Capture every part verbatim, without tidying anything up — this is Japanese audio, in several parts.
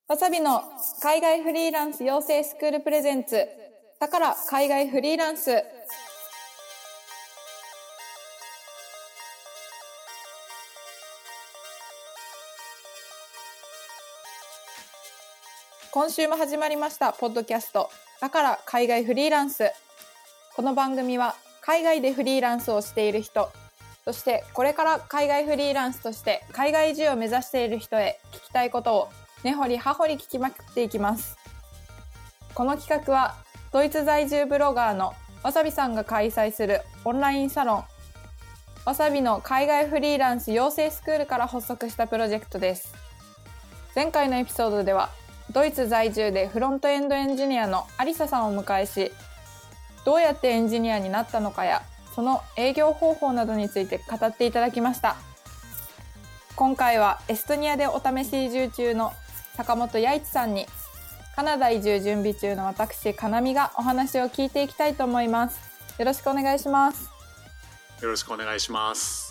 わさびの海外フリーランス養成スクールプレゼンツ、だから海外フリーランス。今週も始まりましたポッドキャスト、だから海外フリーランス。この番組は海外でフリーランスをしている人、そしてこれから海外フリーランスとして海外移住を目指している人へ聞きたいことを根掘り葉掘り聞きまくっていきます。この企画はドイツ在住ブロガーのわさびさんが開催するオンラインサロンわさびの海外フリーランス養成スクールから発足したプロジェクトです。前回のエピソードではドイツ在住でフロントエンドエンジニアのアリサさんをお迎えし、どうやってエンジニアになったのかやその営業方法などについて語っていただきました。今回はエストニアでお試し移住中の坂本弥一さんにカナダ移住準備中の私かなみがお話を聞いていきたいと思います。よろしくお願いします。 よろしくお願いします。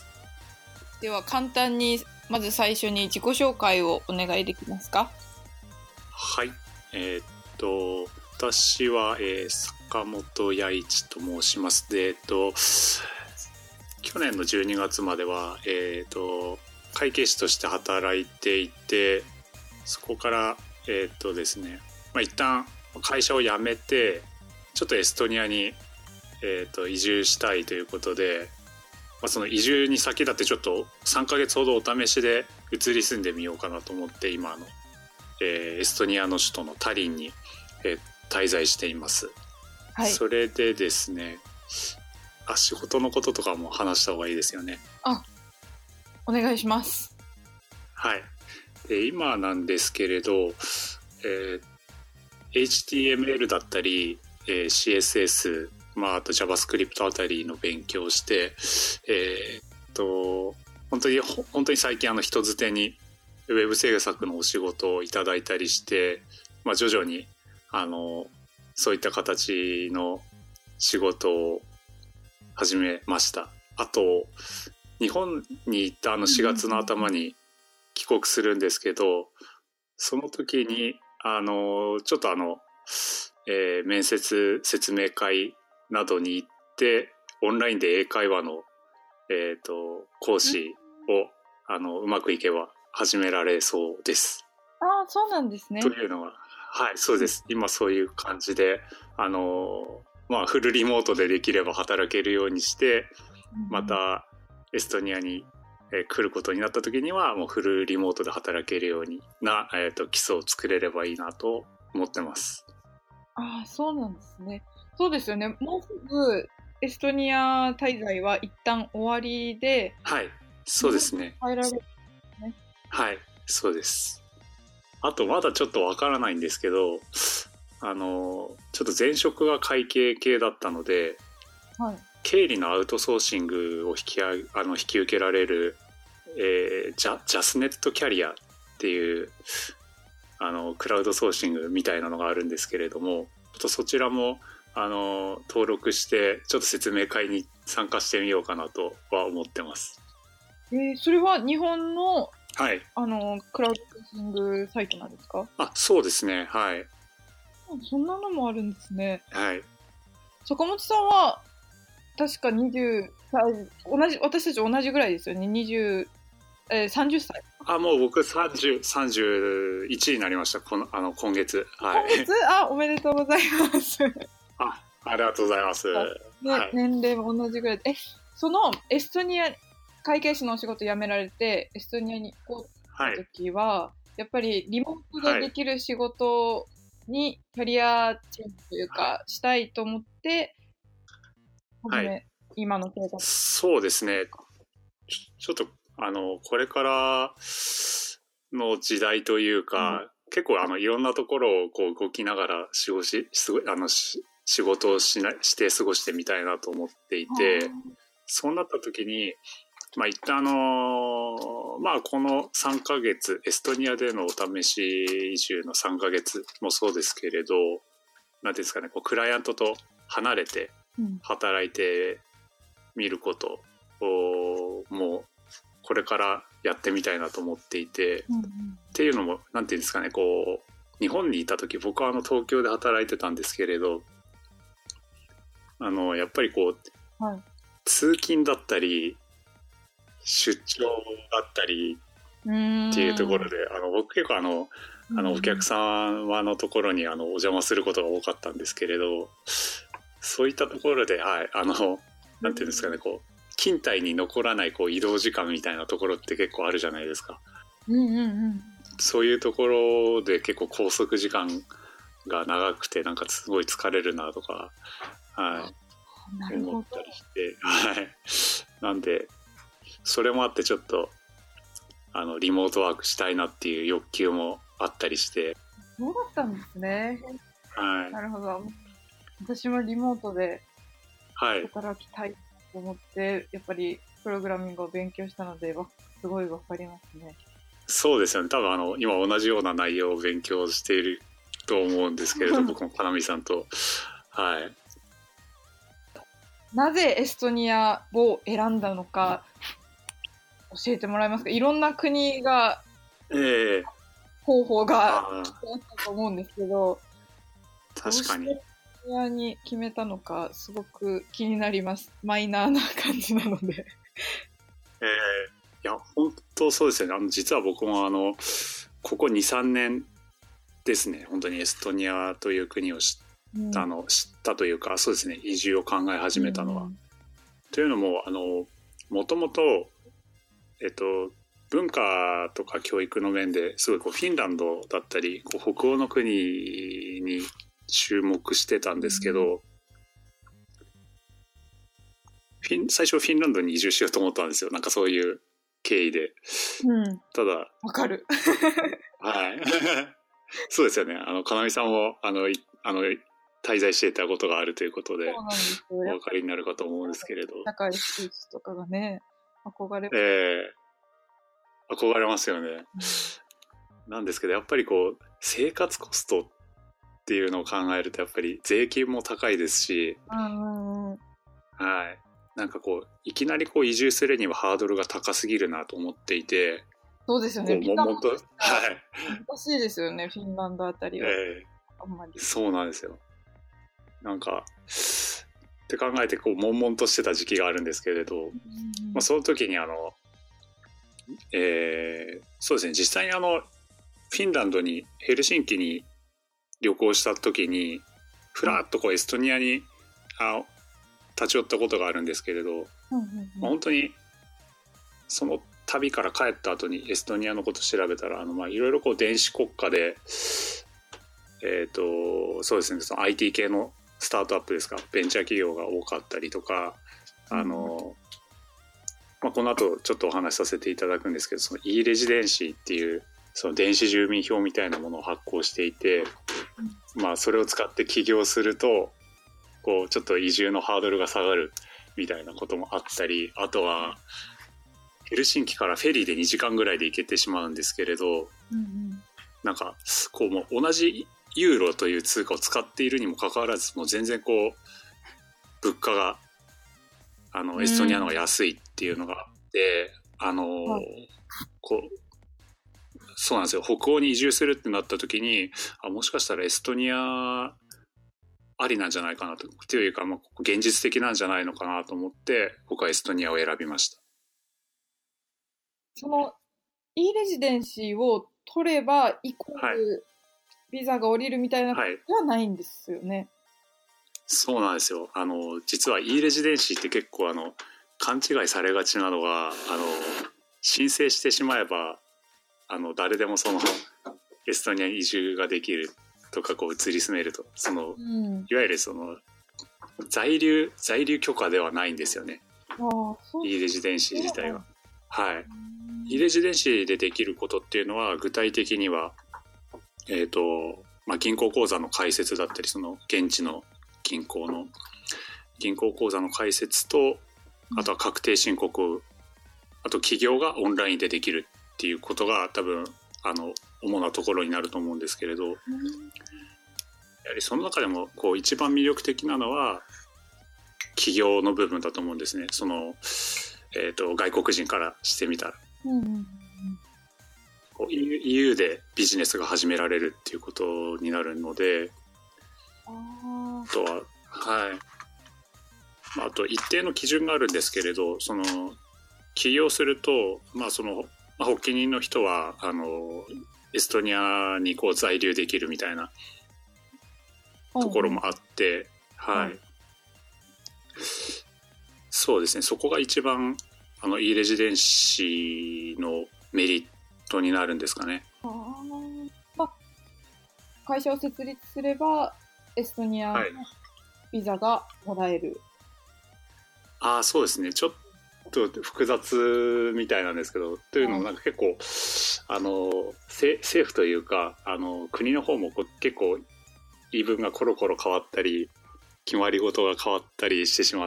では簡単にまず最初に自己紹介をお願いできますか？ はい、えー、っと私は、えー、坂本弥一と申します。で、えー、っと去年のじゅうにがつまでは、えー、っと会計士として働いていて、そこからえー、っとですね、まあ、一旦会社を辞めてちょっとエストニアに、えー、っと移住したいということで、まあ、その移住に先立ってちょっとさんかげつほどお試しで移り住んでみようかなと思って今の、えー、エストニアの首都のタリンに、えー、滞在しています、はい、それでですね、あ、仕事のこととかも話した方がいいですよね。 あ、お願いします。 はい。で今なんですけれど、えー、エイチティーエムエル だったり、えー、シーエスエス、まあ、あと JavaScript あたりの勉強をして、えー、っと本当に本当に最近あの人づてにウェブ制作のお仕事をいただいたりして、まあ、徐々にあのそういった形の仕事を始めました。あと日本に行ったあのしがつの頭に帰国するんですけど、その時にあのちょっとあの、えー、面接説明会などに行ってオンラインで英会話の、えー、と講師をあのうまくいけば始められそうです。 ああ、そうなんですね。 というのは、はい、そうです。今そういう感じであの、まあ、フルリモートでできれば働けるようにして、またエストニアにえー、来ることになった時にはもうフルリモートで働けるようにな、えー、と基礎を作れればいいなと思ってます。 ああ、そうなんですね。そうですよね。もうすぐエストニア滞在は一旦終わりで、 はい、そうですね。 入られるね。 はい、そうです。あとまだちょっとわからないんですけど、あのちょっと前職が会計系だったので、はい、経理のアウトソーシングを引きああの引き受けられる、えー、ジャ、ジャスネットキャリアっていうあのクラウドソーシングみたいなのがあるんですけれども、ちょっとそちらもあの登録してちょっと説明会に参加してみようかなとは思ってます。 えー、それは日本の、 はい、 あのクラウドソーシングサイトなんですか？ あ、そうですね、はい。 そんなのもあるんですね。 はい。 坂本さんは確かにじゅう、同じ、私たち同じぐらいですよね。にじゅう、えー、さんじゅっさい。 あ、もう僕さんじゅう、さんじゅういちになりました。この、あの、今月。はい。 今月？あ、おめでとうございます。 あ、ありがとうございます。 ね、はい、年齢も同じぐらいで。え、そのエストニア、会計士のお仕事辞められて、エストニアに行こうという時は、はい、やっぱりリモートでできる仕事にキャリアチェンジというか、はい、したいと思って、はい、今の生活。 そうですね。ちょっとあのこれからの時代というか、うん、結構あのいろんなところをこう動きながら仕事しあの仕事をしなして過ごしてみたいなと思っていて、そうなった時に、まあ一旦あのまあこのさんかげつエストニアでのお試し移住のさんかげつもそうですけれど、なんていうんですかね、こうクライアントと離れて働いてみることを、もうこれからやってみたいなと思っていて、 うんうん、 っていうのもなんていうんですかね、こう日本にいた時僕はあの東京で働いてたんですけれど、あのやっぱりこう、はい、通勤だったり出張だったりっていうところで、あの僕結構あのあのお客様のところにあのお邪魔することが多かったんですけれど、そういったところで、はい、あのなんていうんですかね、こう勤怠に残らないこう移動時間みたいなところって結構あるじゃないですか。 うんうんうん、 そういうところで結構拘束時間が長くてなんかすごい疲れるなとか、はい、思ったりして、はい、なんでそれもあってちょっとあのリモートワークしたいなっていう欲求もあったりして。 そうだったんですね。 はい。 なるほど。私もリモートで働きたいと思って、はい、やっぱりプログラミングを勉強したので、すごいわかりますね。 そうですよね。多分あの今同じような内容を勉強していると思うんですけれど、僕もかなみさんと、はい。 なぜエストニアを選んだのか教えてもらえますか？いろんな国が、えー、方法があったと思うんですけど、 確かに。 エストニアに決めたのかすごく気になります。マイナーな感じなので。 えー、いや本当そうですよね。あの実は僕もあのここ にさんねんですね、本当にエストニアという国を知ったの、うん、知ったというか、そうですね、移住を考え始めたのは。うん、というのもあのもともとえっと、文化とか教育の面ですごいこうフィンランドだったりこう北欧の国に注目してたんですけど、フィン最初フィンランドに移住しようと思ったんですよ。なんかそういう経緯で、うん、ただわかるはいそうですよね。あのかなみさんもあのあの滞在していたことがあるということでお分かりになるかと思うんですけれど、 高いスーツとかがね憧れ、 えー、憧れますよね、うん、なんですけどやっぱりこう生活コストっていうのを考えるとやっぱり税金も高いですし、うんうん、はい、なんかこういきなりこう移住するにはハードルが高すぎるなと思っていて。 そうですよね。 ももと、はい、 難しいですよね、フィンランドあたりは、えー、あんまり。そうなんですよ。なんかって考えてこう悶々としてた時期があるんですけれど、うんまあ、その時にあの、えー、そうですね、実際にあのフィンランドにヘルシンキに旅行した時にふらっとこうエストニアにあ立ち寄ったことがあるんですけれど、うんうんうんまあ、本当にその旅から帰った後にエストニアのこと調べたら、あのまあいろいろこう電子国家で、えっとそうですね、その アイティー 系のスタートアップですか、ベンチャー企業が多かったりとか、あの、まあ、この後ちょっとお話しさせていただくんですけど、その e レジデンシーっていうその電子住民票みたいなものを発行していて、まあそれを使って起業するとこうちょっと移住のハードルが下がるみたいなこともあったり、あとはヘルシンキからフェリーでにじかんぐらいで行けてしまうんですけれど、うんうん、なんかこうもう同じユーロという通貨を使っているにもかかわらず、もう全然こう物価があのエストニアの方が安いっていうのがあって、うん、あの、はい、こうそうなんですよ、北欧に移住するってなった時に、あもしかしたらエストニアありなんじゃないかなと、というか、まあ、現実的なんじゃないのかなと思って僕はエストニアを選びました。 その e レジデンシーを取ればイコールビザが降りるみたいなことではないんですよね、はい、 そうなんですよ。あの実は e レジデンシーって結構あの勘違いされがちなのが、あの申請してしまえばあの誰でもそのエストニアに移住ができるとか、こう移り住めると、その、うん、いわゆるその在留在留許可ではないんですよね、あそう e レジデンシー自体は。はい、e レジデンシーでできることっていうのは具体的には、えーとまあ、銀行口座の開設だったり、その現地の銀行の銀行口座の開設と、あとは確定申告、あと企業がオンラインでできるっていうことが多分あの主なところになると思うんですけれど、やはりその中でもこう一番魅力的なのは企業の部分だと思うんですね。その、えーと、外国人からしてみたら。 うんうんうん、 こう イーユー でビジネスが始められるっていうことになるので、 ああとは、はい。まあ、あと一定の基準があるんですけれど、その起業すると、まあそのまあ、発起人の人はあのエストニアにこう在留できるみたいなところもあって、はい、はい、そうですね。そこが一番あの e レジデンシーのメリットになるんですかね。あ、 まあ、会社を設立すればエストニアのビザがもらえる。 はい、ああ、そうですね。ちょっと複雑みたいなんですけど、というのもなんか結構あの政府というかあの国の方もこう結構言い分がコロコロ変わったり決まり事が変わったりしてしまって、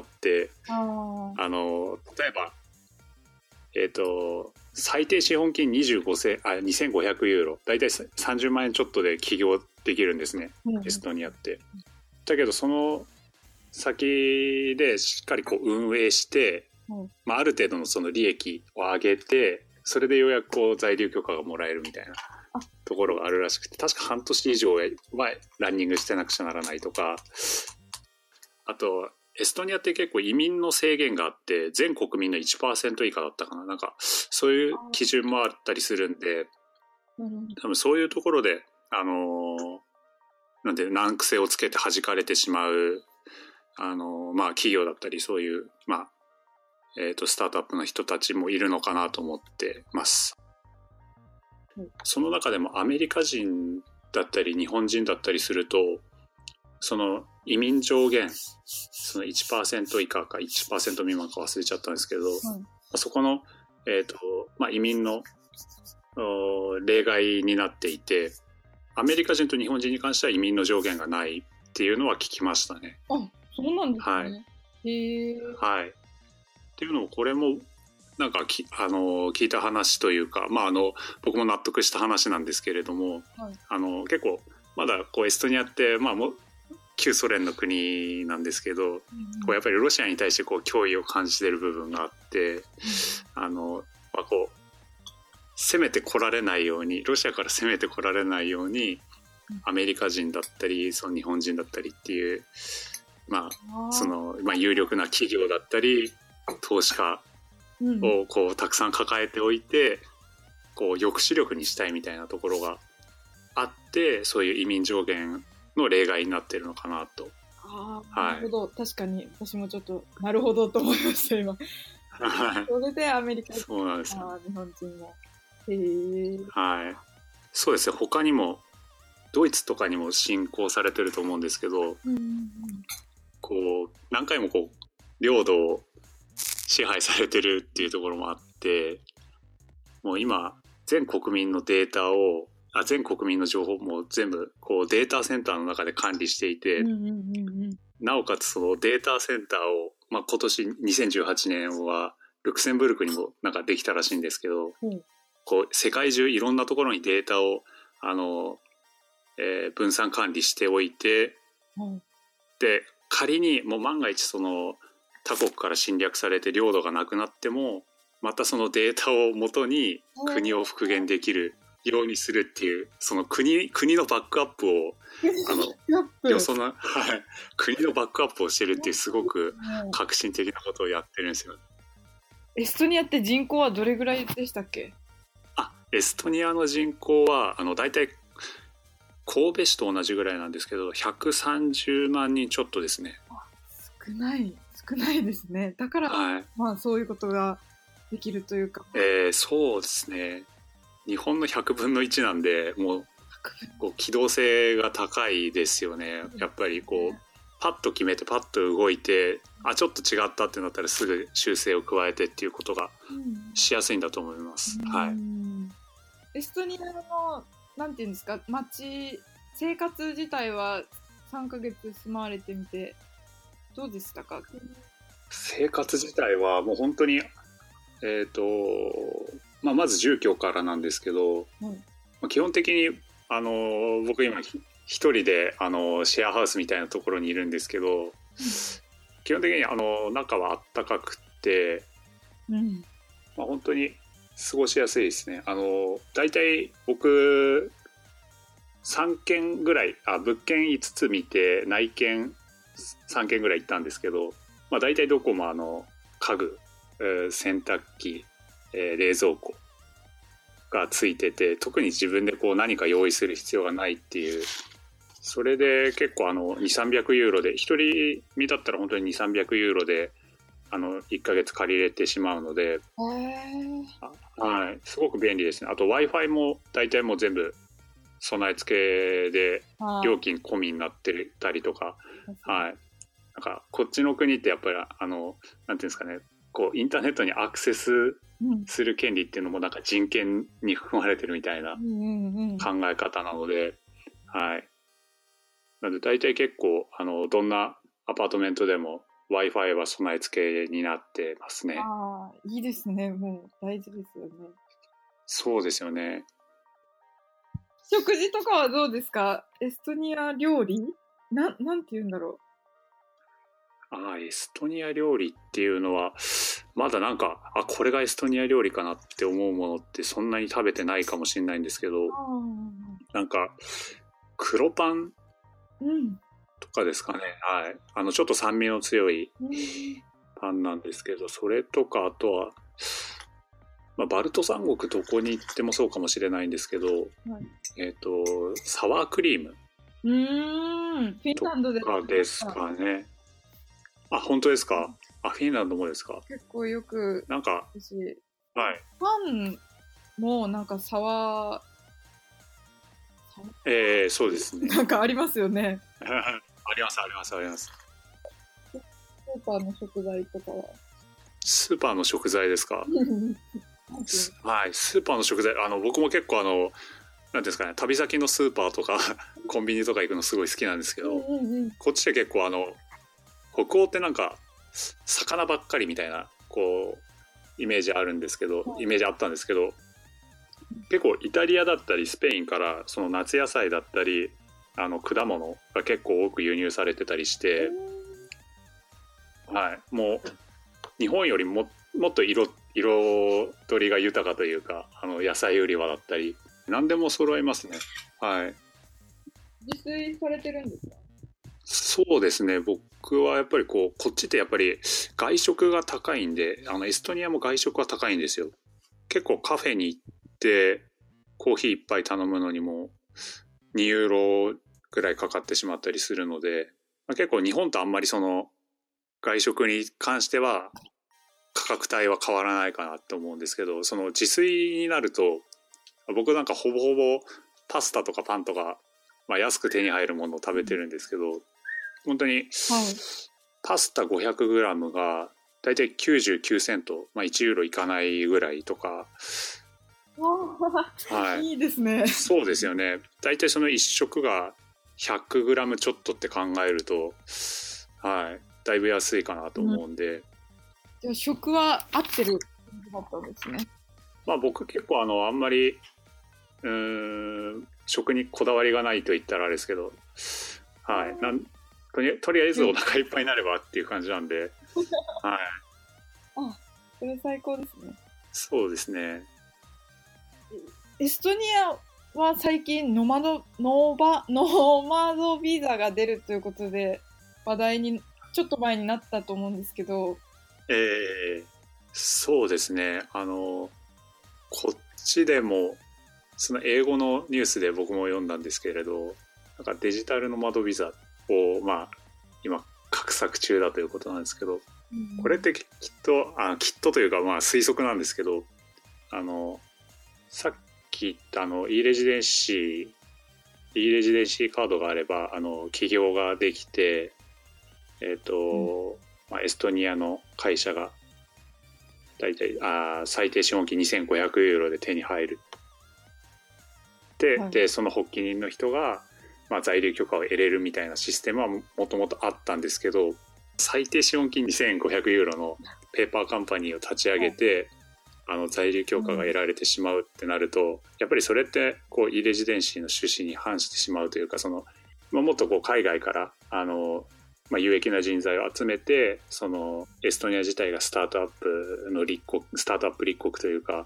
あの例えばえっ、ー、と最低資本金にじゅうごせんあにせんごひゃくユーロ、だいたいさんじゅうまんえんちょっとで起業できるんですね、うん、エストニアって。だけどその先でしっかりこう運営して、うんまあ、ある程度のその利益を上げて、それでようやくこう在留許可がもらえるみたいなところがあるらしくて、確か半年以上はランニングしてなくちゃならないとか、あとエストニアって結構移民の制限があって、全国民の いちパーセント 以下だったかな、なんかそういう基準もあったりするんで、多分そういうところであのー、なんで難癖をつけて弾かれてしまうあのー、まあ企業だったりそういうまあえーとスタートアップの人たちもいるのかなと思ってます。その中でもアメリカ人だったり日本人だったりすると、その移民上限その いちパーセント 以下か いちパーセント 未満か忘れちゃったんですけど、うん、そこの、えーとまあ、移民の例外になっていて、アメリカ人と日本人に関しては移民の上限がないっていうのは聞きましたね。 あ、そうなんですね。 はい、 へー。 はい。っていうのもこれもなんかきあの聞いた話というか、まあ、あの僕も納得した話なんですけれども、はい、あの結構まだこうエストニアって、まあ、も旧ソ連の国なんですけど、うん、こうやっぱりロシアに対してこう脅威を感じている部分があって、うん、あのまあ、こう攻めてこられないように、ロシアから攻めてこられないように、アメリカ人だったりその日本人だったりっていう、まあそのまあ、有力な企業だったり投資家をこうたくさん抱えておいて、こう抑止力にしたいみたいなところがあって、そういう移民上限の例外になってるのかなと。 ああ、はい、なるほど。確かに私もちょっとなるほどと思いました今。それでアメリカ人、 そうなんですよ。 日本人も。へえ。はい。 そうですね。他にもドイツとかにも侵攻されてると思うんですけど、うんうんうん、こう何回もこう領土を支配されてるっていうところもあって、もう今全国民のデータをあ全国民の情報も全部こうデータセンターの中で管理していて、うんうんうんうん、なおかつそのデータセンターを、まあ、今年にせんじゅうはちねんはルクセンブルクにもなんかできたらしいんですけど、うん、こう世界中いろんなところにデータをあの、えー、分散管理しておいて、うん、で仮にもう万が一その他国から侵略されて領土がなくなっても、またそのデータを元に国を復元できるようにするっていう、その国国のバックアップをあのよその、はい、国のバックアップをしてるっていうすごく革新的なことをやってるんですよ。 エストニアって人口はどれぐらいでしたっけ？ あ、エストニアの人口はあのだいたい神戸市と同じぐらいなんですけどひゃくさんじゅうまんにんちょっとですね。 少ない少ないですね。だから、はい、まあそういうことができるというか、 えー、そうですね。日本のひゃくぶんのいちなんで、もうこう機動性が高いですよね。やっぱりこうパッと決めてパッと動いて、あちょっと違ったってなったらすぐ修正を加えてっていうことがしやすいんだと思います、うん、はい。 エストニアのなんていうんですか、街生活自体はさんかげつ住まわれてみてどうでしたか？ 生活自体はもう本当にえーとまあ、まず住居からなんですけど、うんまあ、基本的にあの僕今一人であのシェアハウスみたいなところにいるんですけど、うん、基本的にあの中はあったかくて、うんまあ、本当に過ごしやすいですね。あの大体僕さんけんぐらいあ物件いつつ見て内見さんけんぐらい行ったんですけど、まあ、大体どこもあの家具、えー洗濯機、えー冷蔵庫がついてて、特に自分でこう何か用意する必要がないっていう、それで結構あのにせんさんびゃくユーロで一人身だったら本当ににせんさんびゃくユーロであのいっかげつ借りれてしまうので、はい、すごく便利ですね。あと Wi-Fi も大体もう全部備え付けで料金込みになってたりとか、はい、なんかこっちの国ってやっぱりあのなんていうんですかね、こうインターネットにアクセスする権利っていうのもなんか人権に含まれてるみたいな考え方なので、はい。なので大体結構あのどんなアパートメントでも Wi-Fi は備え付けになってますね。 ああ、いいですね。もう大事ですよね。 そうですよね。 食事とかはどうですか？エストニア料理な、なんて言うんだろう。ああ、エストニア料理っていうのはまだなんかあこれがエストニア料理かなって思うものってそんなに食べてないかもしれないんですけど、なんか黒パンとかですかね、はい、あのちょっと酸味の強いパンなんですけど、それとかあとは、まあ、バルト三国どこに行ってもそうかもしれないんですけど、はい、えっとサワークリームうーんフィンランドでとかですかね。あ、本当ですか？あ、フィンランドもですか？ 結構よくなんか、はい、 パンもなんかサワーえー、そうですね。 なんかありますよね。 ありますありますあります。 スーパーの食材とかは？ スーパーの食材ですか？はい、スーパーの食材、あの僕も結構あのなんていうんですかね、旅先のスーパーとかコンビニとか行くのすごい好きなんですけど、うんうんうん、こっちで結構あの北欧ってなんか魚ばっかりみたいなこうイメージあるんですけど、イメージあったんですけど、結構イタリアだったりスペインからその夏野菜だったりあの果物が結構多く輸入されてたりして、はい、もう日本よりももっと色彩りが豊かというか、あの野菜売り場だったり何でも揃いますね。はい。 自炊されてるんですか？ そうですね、僕はやっぱりこうこっちってやっぱり外食が高いんで、あのエストニアも外食は高いんですよ。結構カフェに行ってコーヒー一杯頼むのにもにユーロぐらいかかってしまったりするので、まあ、結構日本とあんまりその外食に関しては価格帯は変わらないかなと思うんですけど、その自炊になると僕なんかほぼほぼパスタとかパンとか、まあ、安く手に入るものを食べてるんですけど、本当にパスタ ごひゃくグラム がだいたいきゅうじゅうきゅうセント、まあ、いちユーロいかないぐらいとか。 はい、いいですね。 そうですよね。だいたいそのいっ食が ひゃくグラム ちょっとって考えると、はい、だいぶ安いかなと思うんで、うん、 じゃあ食は合ってる感じだったんですね。 まあ僕結構あのあんまりうーん食にこだわりがないと言ったらあれですけど、はい、なんとり、とりあえずお腹いっぱいになればっていう感じなんで、はい。 あ、それ最高ですね。 そうですね。 エストニアは最近ノマドノーバノマドビザが出るということで話題にちょっと前になったと思うんですけど、 えー、そうですね。あのこっちでもその英語のニュースで僕も読んだんですけれど、なんかデジタルノマドビザをまあ今画策中だということなんですけど、うん、これってきっとあきっとというかまあ推測なんですけど、あのさっき言ったあの e レジデンシー e レジデンシーカードがあればあの起業ができて、えっと、うんまあ、エストニアの会社がだいたいあ最低資本金にせんごひゃくユーロで手に入るで、はい、でその発起人の人が、まあ、在留許可を得れるみたいなシステムはもともとあったんですけど、最低資本金にせんごひゃくユーロのペーパーカンパニーを立ち上げて、はい、あの在留許可が得られてしまうってなると、うん、やっぱりそれってこうイレジデンシーの趣旨に反してしまうというか、その、まあ、もっとこう海外からあの、まあ、有益な人材を集めて、そのエストニア自体がスタートアップの立国スタートアップ立国というか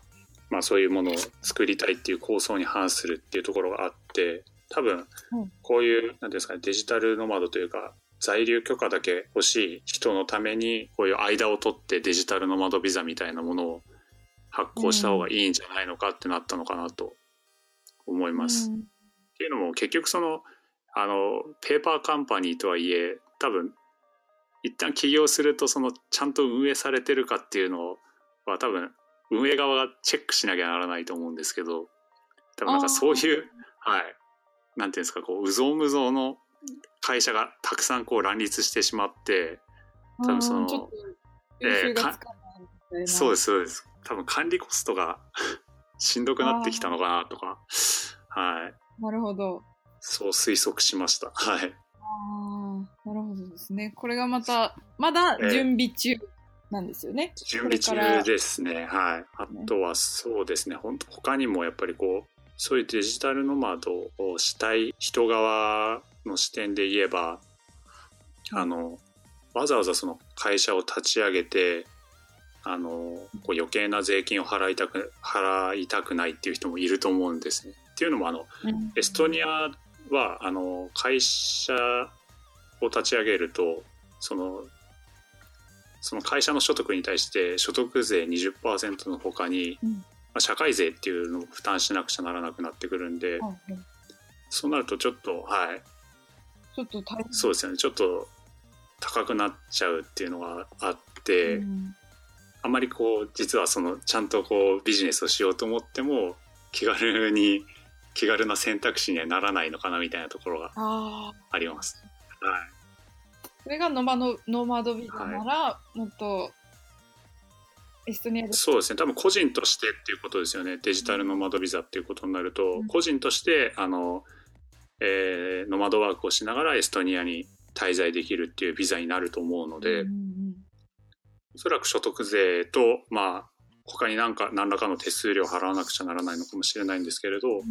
まあ、そういうものを作りたいっていう構想に反するっていうところがあって、多分こういうなんていうんですかね、デジタルノマドというか在留許可だけ欲しい人のためにこういう間を取ってデジタルノマドビザみたいなものを発行した方がいいんじゃないのかってなったのかなと思います。うん、っていうのも結局そのあのペーパーカンパニーとはいえ多分一旦起業するとそのちゃんと運営されてるかっていうのは多分運営側がチェックしなきゃならないと思うんですけど、多分なんかそういうはいなんていうんですか、こううぞうむぞうの会社がたくさんこう乱立してしまって、多分そのちょっと収がつかないみたいな、 そうですそうです。多分管理コストがしんどくなってきたのかなとか、はい。 なるほど。 そう推測しました。はい。 ああ、なるほどですね。これがまたまだ準備中なんですよね。 えー、準備中ですね。はい。あとはそうですね。本当他にもやっぱりこうそういうデジタルノマドをしたい人側の視点で言えば、あのわざわざその会社を立ち上げてあのこう余計な税金を払いたく払いたくないっていう人もいると思うんですね。っていうのもあの、うん、エストニアはあの会社を立ち上げるとそのその会社の所得に対して所得税 にじゅっパーセント の他に、うん、まあ、社会税っていうのを負担しなくちゃならなくなってくるんで、うん、そうなるとちょっとはいちょっと大変そうですよね、ちょっと高くなっちゃうっていうのがあって、うん、あんまりこう実はそのちゃんとこうビジネスをしようと思っても気軽に気軽な選択肢にはならないのかなみたいなところがあります。はい。 それがノマド、ノマドビザなら、はい、もっとエストニアでそうですね、多分個人としてっていうことですよね。デジタルノマドビザっていうことになると、うん、個人としてあの、えー、ノマドワークをしながらエストニアに滞在できるっていうビザになると思うので、うんうん、おそらく所得税とまあ他に何か何らかの手数料を払わなくちゃならないのかもしれないんですけれど、うん、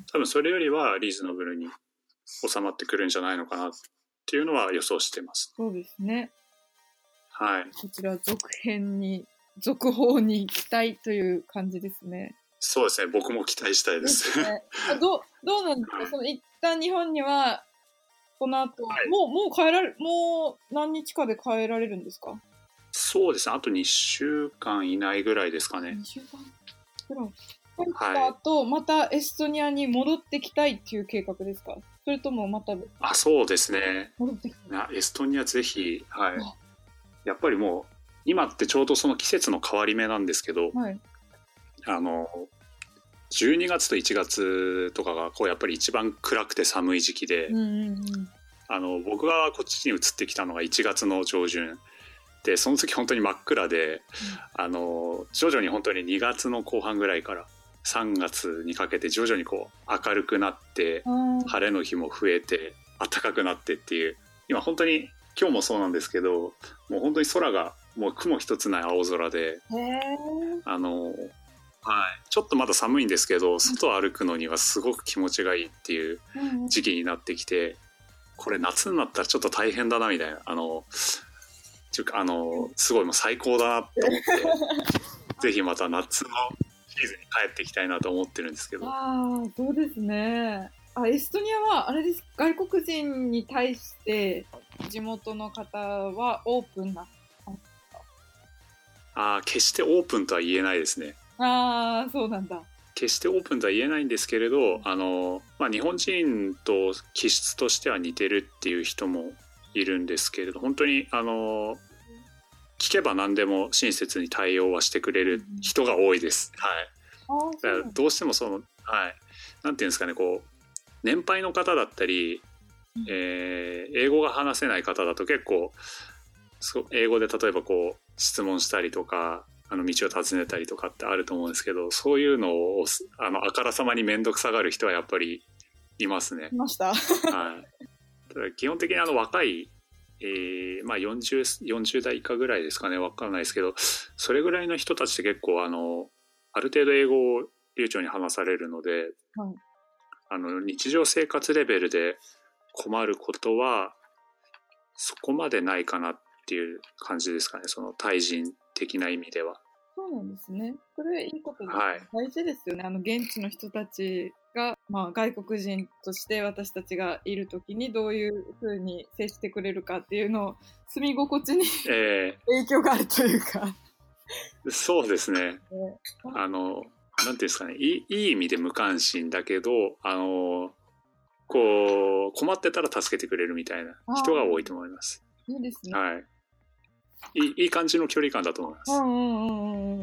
多分それよりはリーズナブルに収まってくるんじゃないのかなっていうのは予想してます。 そうですね。 はい。 こちら続編に続報に期待という感じですね。 そうですね。僕も期待したいです。ですね、 どうどうなんですか。その一旦日本にはこの後、はい、もうもう帰られもう何日かで帰られるんですか。 そうですね。あとにしゅうかん以内ぐらいですかね。 にしゅうかんぐらい。帰った後、はい、またエストニアに戻ってきたいっていう計画ですか。それともまたあそうですね。戻ってきたエストニアぜひ、はい。やっぱりもう今ってちょうどその季節の変わり目なんですけど、はい、あのじゅうにがつといちがつとかがこうやっぱり一番暗くて寒い時期で、うんうんうん、あの僕がこっちに移ってきたのがいちがつの上旬で、その時本当に真っ暗で、うん、あの徐々に本当ににがつの後半ぐらいからさんがつにかけて徐々にこう明るくなって、晴れの日も増えて暖かくなってっていう、今本当に今日もそうなんですけど、もう本当に空がもう雲一つない青空で、あの、はい、ちょっとまだ寒いんですけど外を歩くのにはすごく気持ちがいいっていう時期になってきて、これ夏になったらちょっと大変だなみたいな、あのあのすごいもう最高だなと思ってぜひまた夏のシーズンに帰っていきたいなと思ってるんですけど。 ああ、そうですね。あ、エストニアはあれです。外国人に対して地元の方はオープンな。 あ、決してオープンとは言えないですね。 ああ、そうなんだ。 決してオープンとは言えないんですけれど、あの、まあ、日本人と気質としては似てるっていう人もいるんですけれど、本当にあの聞けば何でも親切に対応はしてくれる人が多いです。はい。だからどうしてもその、はい、なんていうんですかね、こう年配の方だったり、えー、英語が話せない方だと結構英語で例えばこう質問したりとか、あの道を尋ねたりとかってあると思うんですけど、そういうのをあのあからさまに面倒くさがる人はやっぱりいますね。 いました。はい。 ただ基本的にあの若い、えーまあ、よんじゅう、よんじゅう代以下ぐらいですかね、わかんないですけど、それぐらいの人たちって結構あのある程度英語を流暢に話されるので、はい、あの日常生活レベルで困ることはそこまでないかなっていう感じですかね、その対人的な意味では。 そうなんですね。これいいことです、 はい、 大事ですよね。あの現地の人たちが、まあ、外国人として私たちがいるときにどういうふうに接してくれるかっていうのを住み心地に、えー、影響があるというか。 そうですね。あのなんていうんですかね、いい、いい意味で無関心だけど、あのこう困ってたら助けてくれるみたいな人が多いと思います。 いいですね。 はい。いい、いい感じの距離感だと思います。 うんうんうんうん。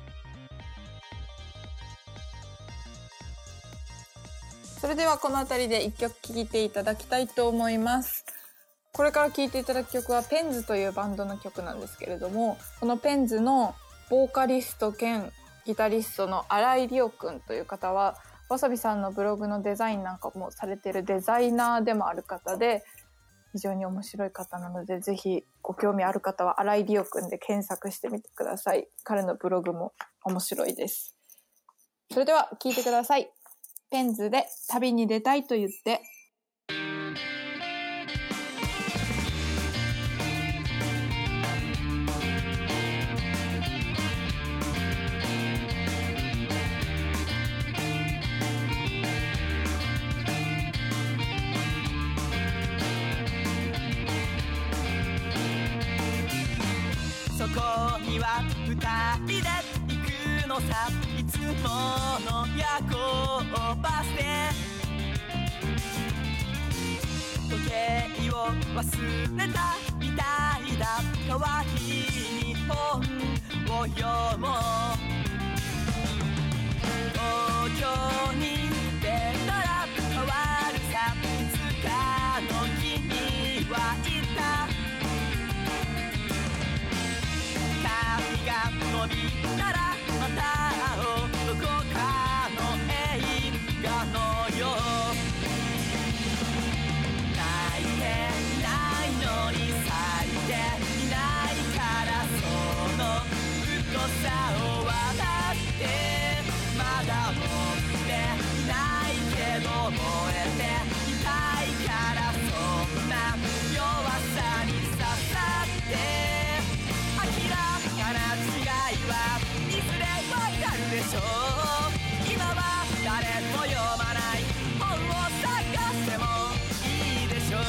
それではこのあたりで一曲聴いていただきたいと思います。これから聴いていただく曲はペンズというバンドの曲なんですけれども、このペンズのボーカリスト兼ギタリストの新井理央くんという方は、わさびさんのブログのデザインなんかもされているデザイナーでもある方で、非常に面白い方なので、ぜひご興味ある方は新井理央くんで検索してみてください。彼のブログも面白いです。それでは聴いてください。ペンズで旅に出たいと言って。 そこには二人で行くのさ、いつもの夜行バスで時計を忘れたみたいだ、可愛い日本を読もう。東京に出たら変わるさ、いつかの君は言った。髪が伸びたらまた会おう、どこかの映画のよう。泣いていないのに咲いていないから、その太さを笑ってまだ持っていないけど燃えていたいから、そんな弱さに刺さって違いはいずれわかるでしょう。今は誰も読まない本を探してもいいでしょう。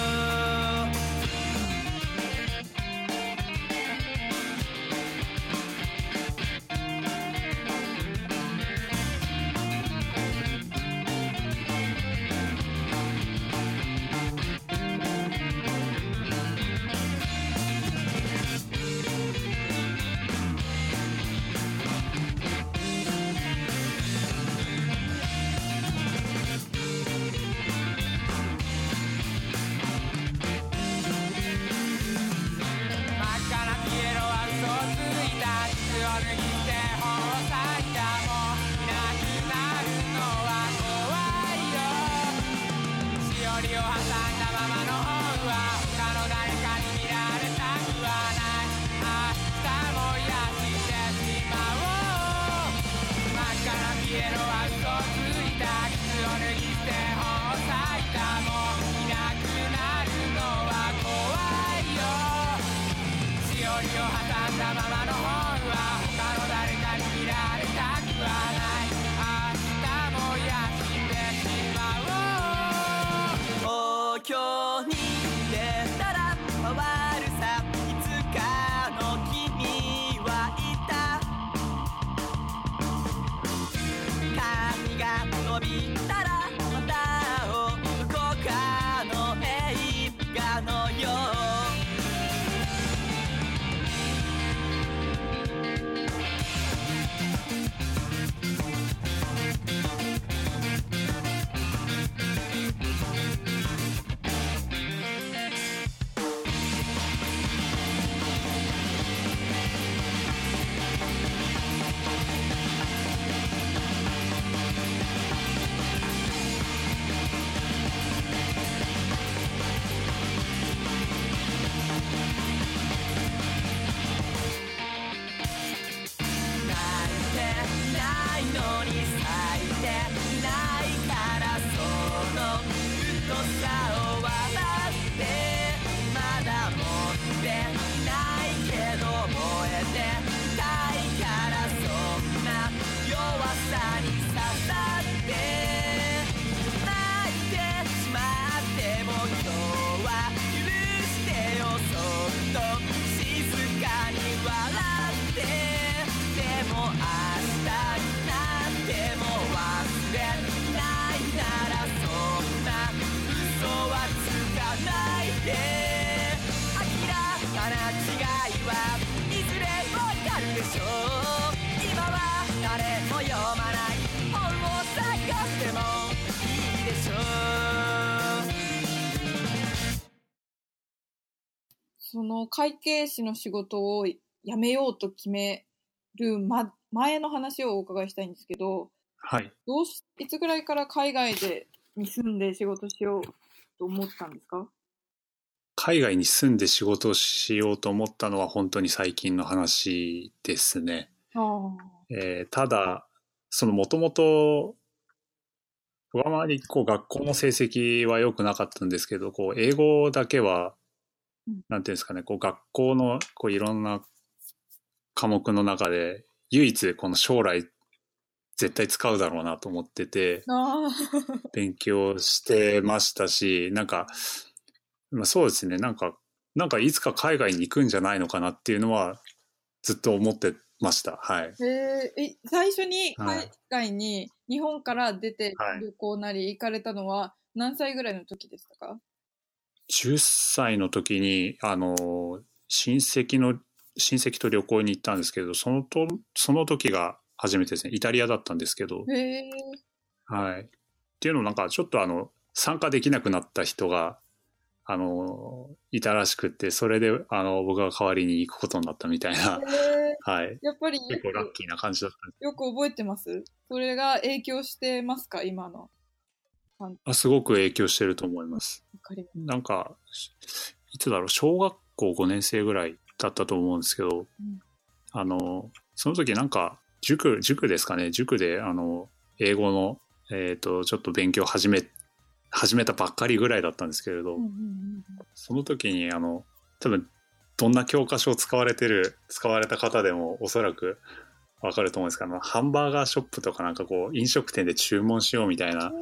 その会計士の仕事を辞めようと決める、ま、前の話をお伺いしたいんですけど、 はい。 どうしいつぐらいから海外でに住んで仕事しようと思ったんですか？ 海外に住んで仕事をしようと思ったのは本当に最近の話ですね。 あえーただ、そのもともと、僕はあまりこう学校の成績は良くなかったんですけど、こう英語だけは、 うんなんていうんですかね、こう学校のこういろんな科目の中で唯一この将来絶対使うだろうなと思ってて、 あ勉強してましたし、なんか、まあ、そうですね、なんか、なんかいつか海外に行くんじゃないのかなっていうのはずっと思ってました。はい。 ーえーえ最初に海はい。 外に日本から出てはい。 旅行なり行かれたのは何歳ぐらいの時でしたか？ じゅっさいの時に、あの、親戚の、親戚と旅行に行ったんですけど、そのと、その時が初めてですね、イタリアだったんですけど、 へえ。 はい。っていうのもなんかちょっとあの、参加できなくなった人が、あの、いたらしくって、それで、あの、僕が代わりに行くことになったみたいな、 へえ。 はい。 やっぱりよ結構ラッく、 キーな感じだったんです。 よく覚えてます？それが影響してますか今の感じ？ あ、すごく影響してると思います。 わかります。 なんか、いつだろう、小学校ごねん生ぐらいだったと思うんですけど、 うんあの、その時なんか、塾、塾ですかね、塾で、あの、英語の、えっと、ちょっと勉強始め、始めたばっかりぐらいだったんですけれど、 うんうんうんその時に、あの、多分、どんな教科書を使われてる、使われた方でもおそらくわかると思うんですけど、ハンバーガーショップとかなんかこう、飲食店で注文しようみたいな、 うんうんうん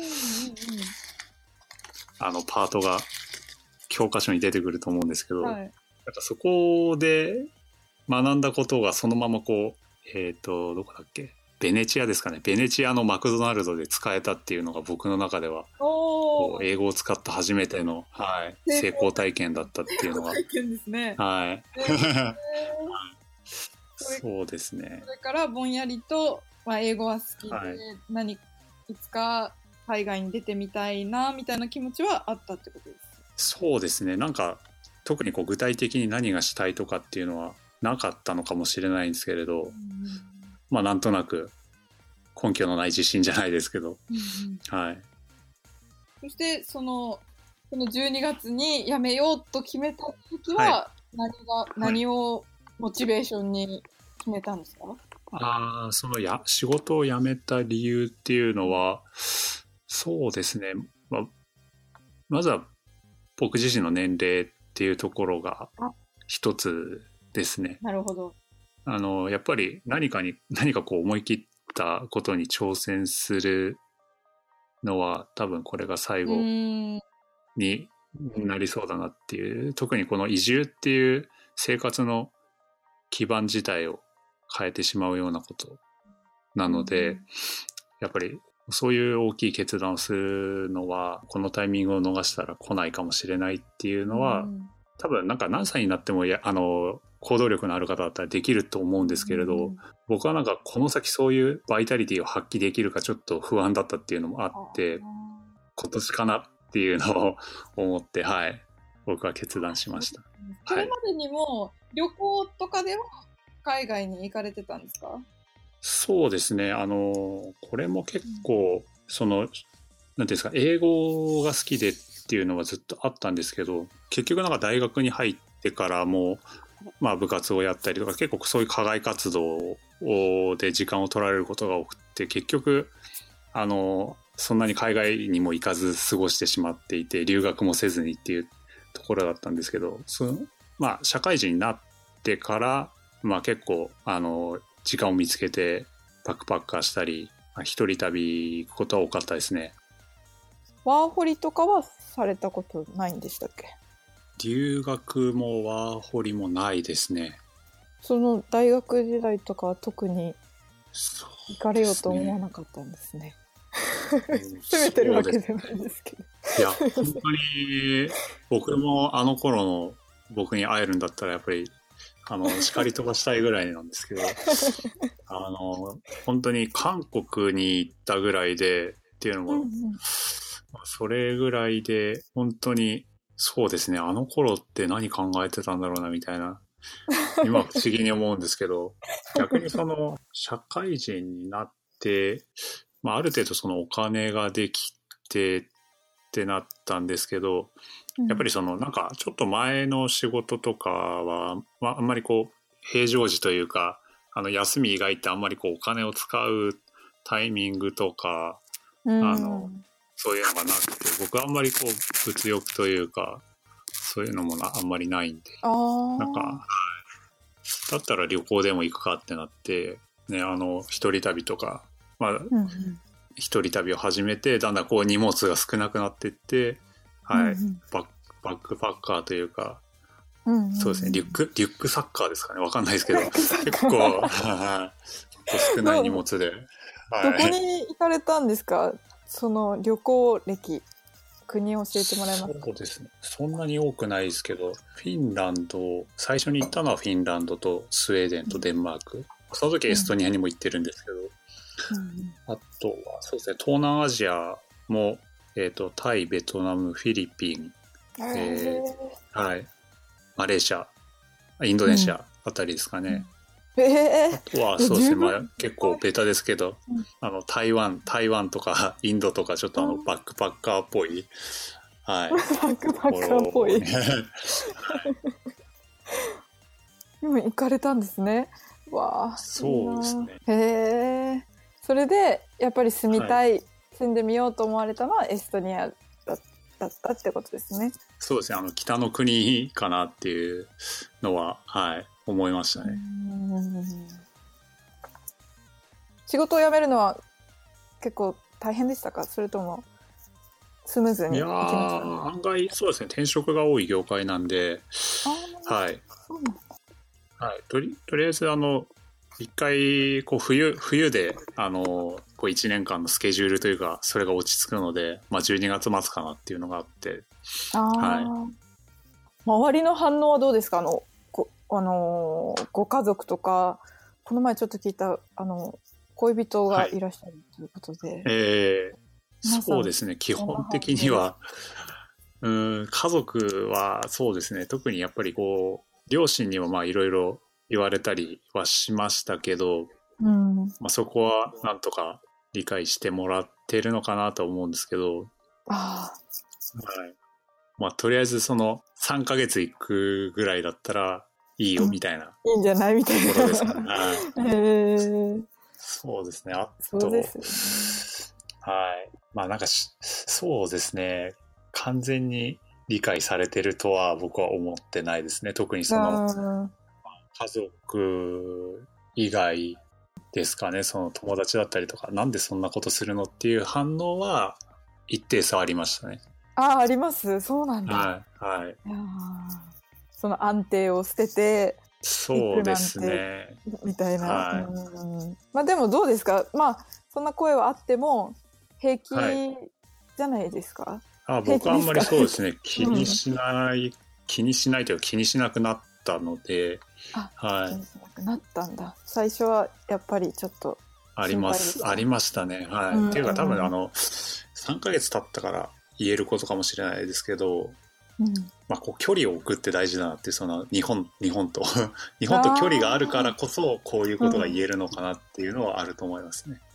あの、パートが教科書に出てくると思うんですけど、 はい。 なんかそこで学んだことがそのままこう、えっと、どこだっけ、ベネチアですかね。ベネチアのマクドナルドで使えたっていうのが僕の中では、 おー、 こう、英語を使った初めての、はい、成功体験だったっていうのが、 体験ですね。 はい。 えーそれそうですね。 それからぼんやりと、まあ、英語は好きで、 はい何いつか海外に出てみたいなみたいな気持ちはあったってことです。 そうですね。なんか、特にこう具体的に何がしたいとかっていうのはなかったのかもしれないんですけれど、 うんまあなんとなく根拠のない自信じゃないですけど、 うんうん、 はい。 そしてそのそのじゅうにがつに辞めようと決めた時は、 は何が、何をモチベーションに決めたんですか？ ああ、そのや、仕事を辞めた理由っていうのは、そうですね。まあ、まずは僕自身の年齢っていうところが一つですね。 なるほど。 あの、やっぱり何かに、何かこう思い切ったことに挑戦するのは多分これが最う後ーんになりそうだなっていう、特にこの移住っていう生活の基盤自体を変えてしまうようなことなので、 うんやっぱりそういう大きい決断をするのはこのタイミングを逃したら来ないかもしれないっていうのは、 うん多分なんか何歳になってもやあの行動力のある方だったらできると思うんですけれど、 うん僕はなんかこの先そういうバイタリティを発揮できるかちょっと不安だったっていうのもあって今年かなっていうのを思ってはい僕は決断しました。 それまでにも旅行とかでは海外に行かれてたんですか？ そうですね。あの、これも結構、その、なんていうんですか、英語が好きでっていうのはずっとあったんですけど、結局なんか大学に入ってからも、まあ部活をやったりとか、結構そういう課外活動をで時間を取られることが多くて、結局、あの、そんなに海外にも行かず過ごしてしまっていて、留学もせずにっていうところだったんですけど、その、まあ社会人になってから、まあ結構、あの、時間を見つけてバックパッカーしたり、一人旅行くことは多かったですね。 ワーホリとかはされたことないんでしたっけ？ 留学もワーホリもないですね。 その大学時代とかは特にそう行かれようと思わなかったんですね。 ですね責めてるわけじゃないんですけど。 いや、本当に僕もあの頃の僕に会えるんだったらやっぱりあの、叱り飛ばしたいぐらいなんですけど、あの、本当に韓国に行ったぐらいでっていうのも、 うんうん、 それぐらいで本当にそうですね。あの頃って何考えてたんだろうなみたいな、今不思議に思うんですけど、逆にその社会人になって、まあ、ある程度そのお金ができてってなったんですけど、やっぱりそのなんかちょっと前の仕事とかは、まあ、あんまりこう平常時というか、あの休み以外ってあんまりこうお金を使うタイミングとか、 うん、 あのそういうのがなくて、僕はあんまりこう物欲というかそういうのもなあんまりないんで、 あなんかだったら旅行でも行くかってなって、ね、あの一人旅とか、まあ、うんうん、一人旅を始めて、だんだんこう荷物が少なくなっていって、はい、うんうん、バッバックパッカーというか、うんうん、そうですね、リュックリュックサッカーですかね、わかんないですけど結構少ない荷物で、 はい、どこに行かれたんですか、その旅行歴、国を教えてもらえますか。 そうですね、そんなに多くないですけど、フィンランド、最初に行ったのはフィンランドとスウェーデンとデンマーク、うん、その時エストニアにも行ってるんですけど、うん、あとはそうですね、東南アジアも、えーと、タイ、ベトナム、フィリピン、えーはい、マレーシア、インドネシアあたりですかね、 うん、えー、 あとはそうですね、まあ、結構ベタですけど、うん、あの台湾台湾とかインドとかちょっとあのバックパッカーっぽい、はい、 バックパッカーっぽい今行かれたんですね。わあ、 そうですね。 へえ。それでやっぱり住みたい、はい、住んでみようと思われたのはエストニアだだったってことですね。 そうですね、あの北の国かなっていうのは、はい、思いましたね。 うん、仕事を辞めるのは結構大変でしたか、それともスムーズにいきました？いやー、案外そうですね、転職が多い業界なんで、はい、 そうなんだ、 はい、とり、とりあえずあの一回こう 冬, 冬であのこういちねんかんのスケジュールというかそれが落ち着くので、まあ、じゅうにがつ末かなっていうのがあって、 あ、はい、周りの反応はどうですか、あのご、あのご家族とか、この前ちょっと聞いたあの恋人がいらっしゃるということで、はい、 えー、そうですね、基本的にはうーん家族はそうですね、特にやっぱりこう両親にもまあいろいろ言われたりはしましたけど、うん、まあ、そこはなんとか理解してもらってるのかなと思うんですけど、 あ、 はい、まあ、とりあえずそのさんかげつ行くぐらいだったらいいよみたいな、 うん、いいんじゃないみたいなところですかね。はい、 へー、 そうですね。あと、 そうですね、はい、まあなんかそうですね、完全に理解されてるとは僕は思ってないですね。特にその家族以外ですかね、その友達だったりとか、なんでそんなことするのっていう反応は一定差ありましたね。 ああ、あります。そうなんだ。 はい、はい。いや、 その安定を捨てて、 そうですね。 みたいな。 はい、 うん、まあでもどうですか。まあそんな声はあっても平気じゃないですか。 はい、あ、僕はあんまりそうですね。気にしない、うん、気にしないというか気にしなくなったので、 あ、 はい、 気にしなくなったんだ。最初はやっぱりちょっとありますありましたね。はい。うんうん、っていうか多分あのさんかげつ経ったから言えることかもしれないですけど、うん、まあこう距離を置くって大事だなって、その日本日本と日本と距離があるからこそこういうことが言えるのかなっていうのはあると思いますね。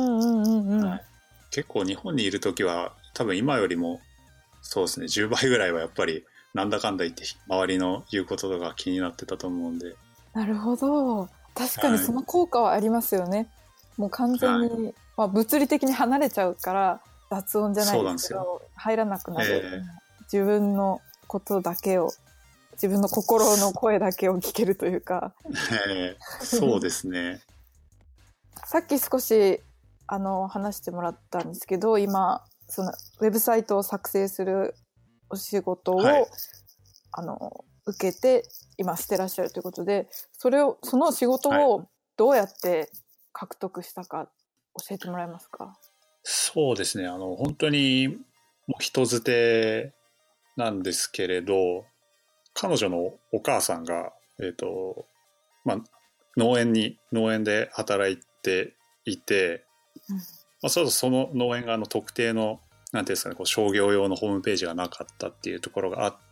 結構日本にいるときは多分今よりもそうですねじゅうばいぐらいはやっぱりなんだかんだ言って周りの言うこととか気になってたと思うんで。 なるほど、確かにその効果はありますよね。はい、もう完全に、はい、まあ、物理的に離れちゃうから雑音じゃないですけど入らなくなる、えー、自分のことだけを、自分の心の声だけを聞けるというか、 えー、そうですねさっき少しあの話してもらったんですけど、今そのウェブサイトを作成するお仕事を、はい、あの受けて今してらっしゃるということで、それをその仕事をどうやって獲得したか教えてもらえますか？ そうですね、あの本当にもう人づてなんですけれど、彼女のお母さんが、えーとまあ、農園に農園で働いていて、うん、まあ、その農園があの特定のなんていうんですかね、こう商業用のホームページがなかったっていうところがあって、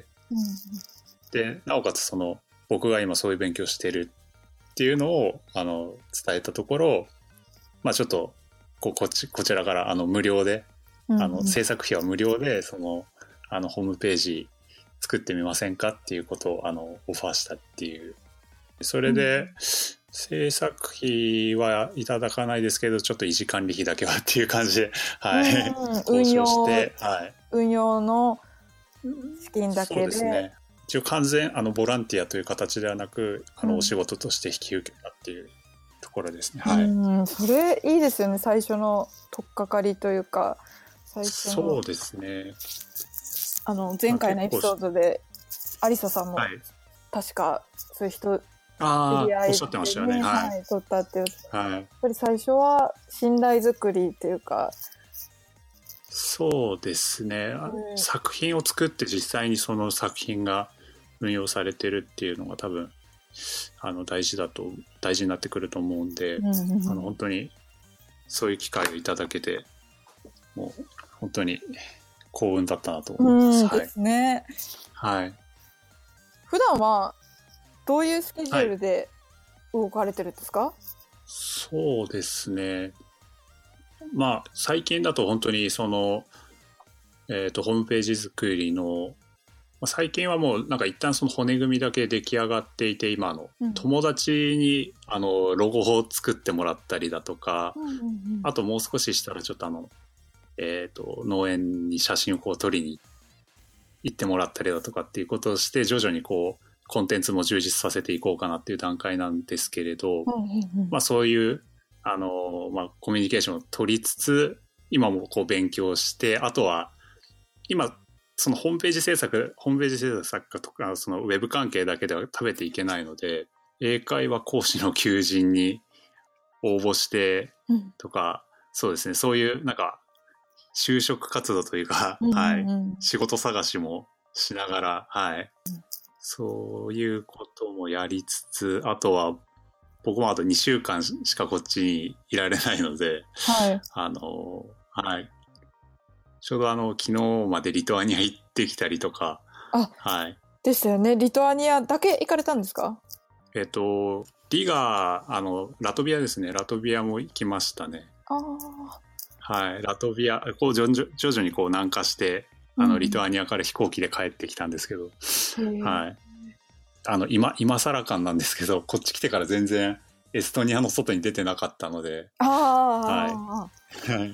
うん、 でなおかつその僕が今そういう勉強してるっていうのをあの伝えたところ、まあちょっとこうこっちこちらからあの無料で、うん、あの制作費は無料でそのあのホームページ作ってみませんかっていうことをあのオファーしたっていう。それで、うん、制作費はいただかないですけど、ちょっと維持管理費だけはっていう感じで、はい、 うん、運用して、はい、運用の資金だけで。そうですね。 一応完全あのボランティアという形ではなく、あのお仕事として引き受けたっていうところですね。 うん、はい。それいいですよね。最初の取っかかりというか、最初の。 そうですね。 あの前回のエピソードでアリサさんも、はい、確かそういう人ああ、おっしゃってましたよね。はい。はい、 取ったっていう。 はい。 やっぱり最初は信頼作りっていうか。 そうですね、うん。作品を作って実際にその作品が運用されてるっていうのが多分あの大事だと大事になってくると思うんで、うんうん、あの本当にそういう機会をいただけてもう本当に幸運だったなと思います。 うんですね。 はい。 普段はどういうスケジュールで動かれてるんですか？はい、 そうですね。まあ最近だと本当にその、えーと、ホームページ作りの、まあ、最近はもうなんか一旦その骨組みだけ出来上がっていて今の、うん、友達にあのロゴを作ってもらったりだとか、うんうんうん、あともう少ししたらちょっとあの、えーと、農園に写真をこう撮りに行ってもらったりだとかっていうことをして徐々にこうコンテンツも充実させていこうかなっていう段階なんですけれど、うんうんうん、まあそういうあの、まあ、コミュニケーションを取りつつ今もこう勉強してあとは今そのホームページ制作ホームページ制作とかそのウェブ関係だけでは食べていけないので英会話講師の求人に応募してとか、うん、そうですねそういうなんか就職活動というか、うんうんうんはい、仕事探しもしながら、はい、そういうこともやりつつあとは僕もあとにしゅうかんしかこっちにいられないので、はい、あの、はい。ちょうどあの、昨日までリトアニア行ってきたりとか、 あ、はい。でしたよね。リトアニアだけ行かれたんですか？ えっと、リガ、あの、ラトビアですね。ラトビアも行きましたね。ああ。はい。ラトビア、こう徐々、徐々にこう南下して、あの、リトアニアから飛行機で帰ってきたんですけど、うん、はい。あの今今更感なんですけどこっち来てから全然エストニアの外に出てなかったのであ、はい、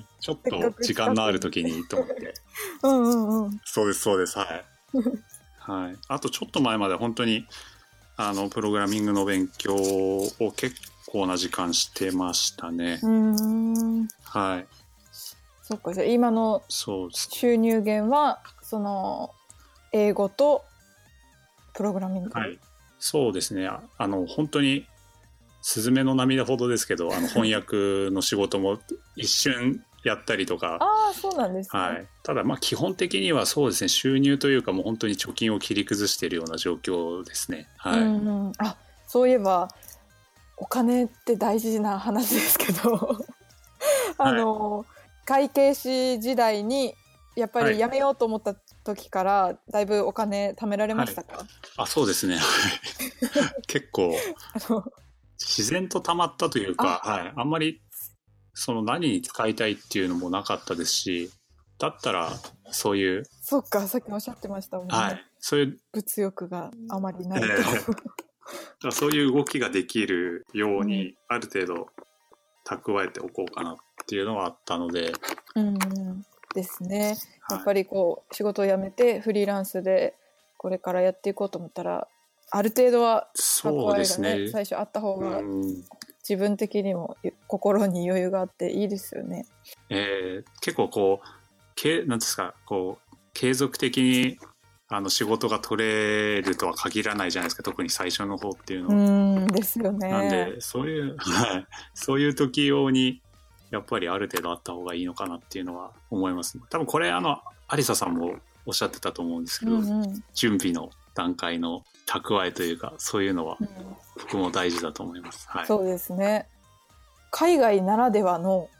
ちょっと時間のある時にと思ってうんうん、うん、そうですそうですはい、はい、あとちょっと前まで本当にあのプログラミングの勉強を結構な時間してましたね。うーんはいそっかじゃあ今の収入源はその英語とプログラミング、 はい、そうですねああの本当にスズメの涙ほどですけどあの翻訳の仕事も一瞬やったりとかああそうなんですね、 はい、ただまあ基本的にはそうですね収入というかもう本当に貯金を切り崩しているような状況ですね、はい、うんうん、あそういえばお金って大事な話ですけどあの、はい、会計士時代にやっぱり辞めようと思った時からだいぶお金貯められましたか？はい、 あそうですね結構自然と貯まったというかあ,、はい、あんまりその何に使いたいっていうのもなかったですしだったらそういうそっかさっきおっしゃってましたもんね、はい、そういう物欲があまりないと、えー、そういう動きができるようにある程度蓄えておこうかなっていうのはあったので、 うん、ですね。やっぱりこう仕事を辞めてフリーランスでこれからやっていこうと思ったらある程度は蓄えがね、最初あった方が自分的にも心に余裕があっていいですよね。 えー、結構こうけなんですかこう継続的にあの仕事が取れるとは限らないじゃないですか特に最初の方っていうのは。 うんですよね。 なんでそういうはいそういう時用にやっぱりある程度あった方がいいのかなっていうのは思います、ね、多分これあのアリサさんもおっしゃってたと思うんですけど、うんうん、準備の段階の蓄えというかそういうのは僕も大事だと思います、うんはい、 そうですね。海外ならではの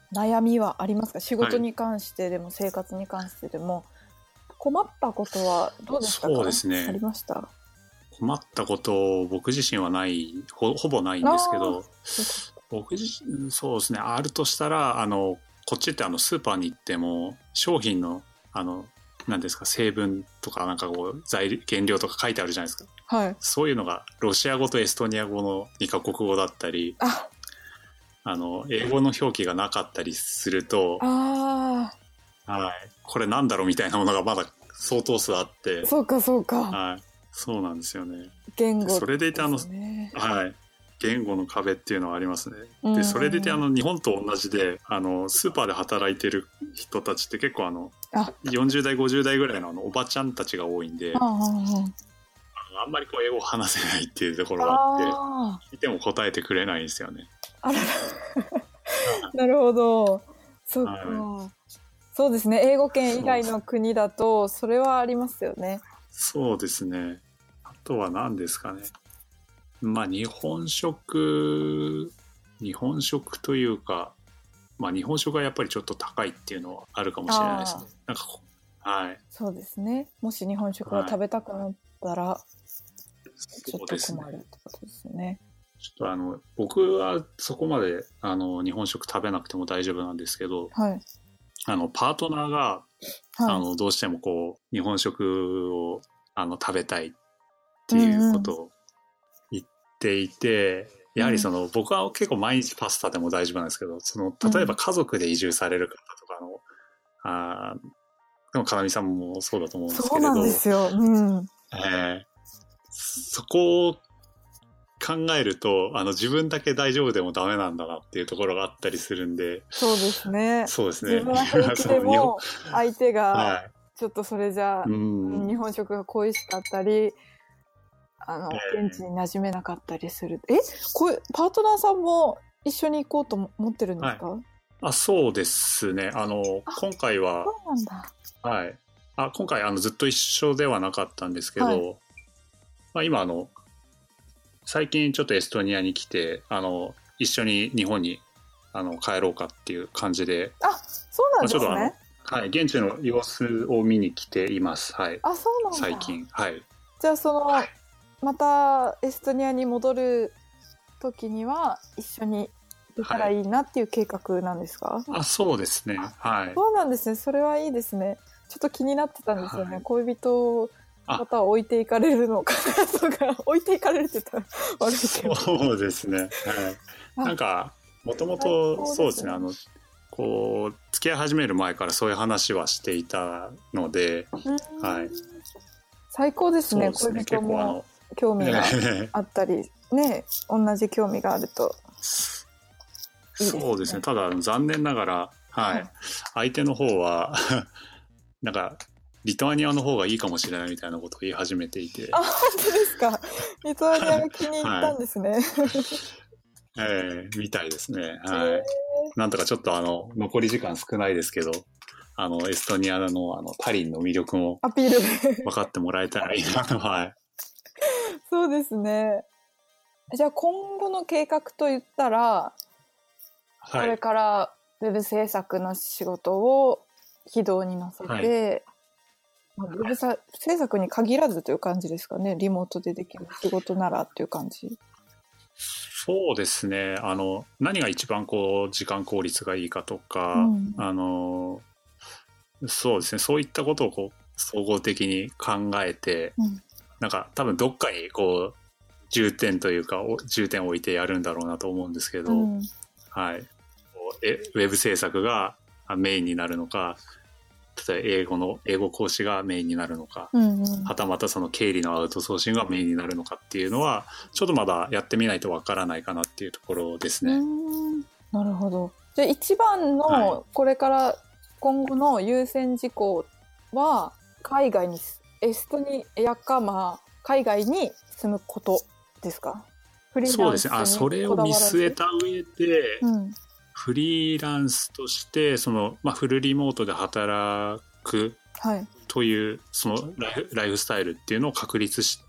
悩みはありますか？仕事に関してでも生活に関してでも困ったことはどうでしたか？ そうですね。 ありました？ 困ったこと僕自身はない ほ, ほぼないんですけど、僕自身そうですね、あるとしたらあのこっちってあのスーパーに行っても商品のあの何ですか成分とかなんかこう材料原料とか書いてあるじゃないですか、 はい、 そういうのがロシア語とエストニア語のにカ国語だったり、 ああの英語の表記がなかったりすると、 あ、 はい、これなんだろうみたいなものがまだ相当数あって、 そうかそうか、 はい、そうなんですよね。 言語ですね。 それでいてあの、はい、言語の壁っていうのはありますね。 うん、 でそれでいてあの日本と同じであのスーパーで働いてる人たちって結構あのあよんじゅう代ごじゅう代ぐらいのあのおばちゃんたちが多いんで、 あああんまりこう英語を話せないっていうところがあってあ聞いても答えてくれないんですよね。 あららなるほど、そっか、はい、そうですね、英語圏以外の国だとそれはありますよね。 そうですね。あとは何ですかね、まあ日本食日本食というか、まあ日本食がやっぱりちょっと高いっていうのはあるかもしれないですね。なんかこう、はい、そうですね、もし日本食が食べたくなったら、はい、ちょっと困るってことですね。 ちょっとあの僕はそこまであの日本食食べなくても大丈夫なんですけど、 はい、 あのパートナーが、はい、あのどうしてもこう日本食をあの食べたいっていうことを言っていて、うんうん、やはりその、うん、僕は結構毎日パスタでも大丈夫なんですけど、その例えば家族で移住される方とかの、うん、あでもかなみさんもそうだと思うんですけれど、 そうなんですよ、うん、 えー、そこを考えるとあの自分だけ大丈夫でもダメなんだなっていうところがあったりするんで、 そうですね、 そうですね、 自分は平気でも相手がちょっとそれじゃ、はい、日本食が恋しかったりあの、えー、現地に馴染めなかったりする。えこれパートナーさんも一緒に行こうと思ってるんですか？ はい、あそうですね、あの今回はそうなんだ、 はい、あ今回あのずっと一緒ではなかったんですけど、はい、まあ、今あの最近ちょっとエストニアに来てあの一緒に日本にあの帰ろうかっていう感じで、 あそうなんですね、 まあ、ちょっとあの、はい、現地の様子を見に来ています、はい、 あそうなんだ、 最近、はい、 じゃあその、 はい、 またエストニアに戻る時には一緒に行ったらいいなっていう計画なんですか？ はい、あそうですね、はい、 そうなんですね、それはいいですね。ちょっと気になってたんですよね、はい、恋人また置いていかれるのかなとか置いていかれるって言ったら悪いけど、 そうですね、はい、なんかもともとそうですね、あのこう付き合い始める前からそういう話はしていたので、はい、 最高ですね、 そうですね、 恋人も興味があったりね、同じ興味があるといいですね。 そうですね、ただ残念ながら、はいはい、相手の方はなんかリトアニアの方がいいかもしれないみたいなことを言い始めていて、 あ本当ですか、リトアニアが気に入ったんですね、はい、 えー、みたいですね、はい、なんとかちょっとあの残り時間少ないですけどあのエストニア の, あのタリンの魅力もアピール分かってもらえたらいいなとはい、 そうですね。じゃあ今後の計画といったら、はい、これからウェブ制作の仕事を軌道に乗せて、はいまあ、ウェブ制作に限らずという感じですかね、リモートでできる仕事ならっていう感じ。 そうですね、あの何が一番こう時間効率がいいかとか、うん、あのそうですね、そういったことをこう総合的に考えて、うん、なんか多分どっかにこう重点というか重点を置いてやるんだろうなと思うんですけど、うんはい、えウェブ制作がメインになるのか、例えば英語の英語講師がメインになるのか、うんうん、はたまたその経理のアウトソーシングがメインになるのかっていうのはちょっとまだやってみないとわからないかなっていうところですね。 うーんなるほど。じゃあ一番のこれから今後の優先事項は海外にエストニアかまあ海外に住むことですか？フリーランスにこだわらず。 そうですね、あそれを見据えた上で、うん、フリーランスとしてその、まあ、フルリモートで働くという、はい、そのライフ、ライフスタイルっていうのを確立して、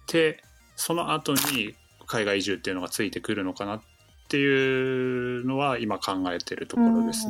その後に海外移住っていうのがついてくるのかなっていうのは今考えてるところですね。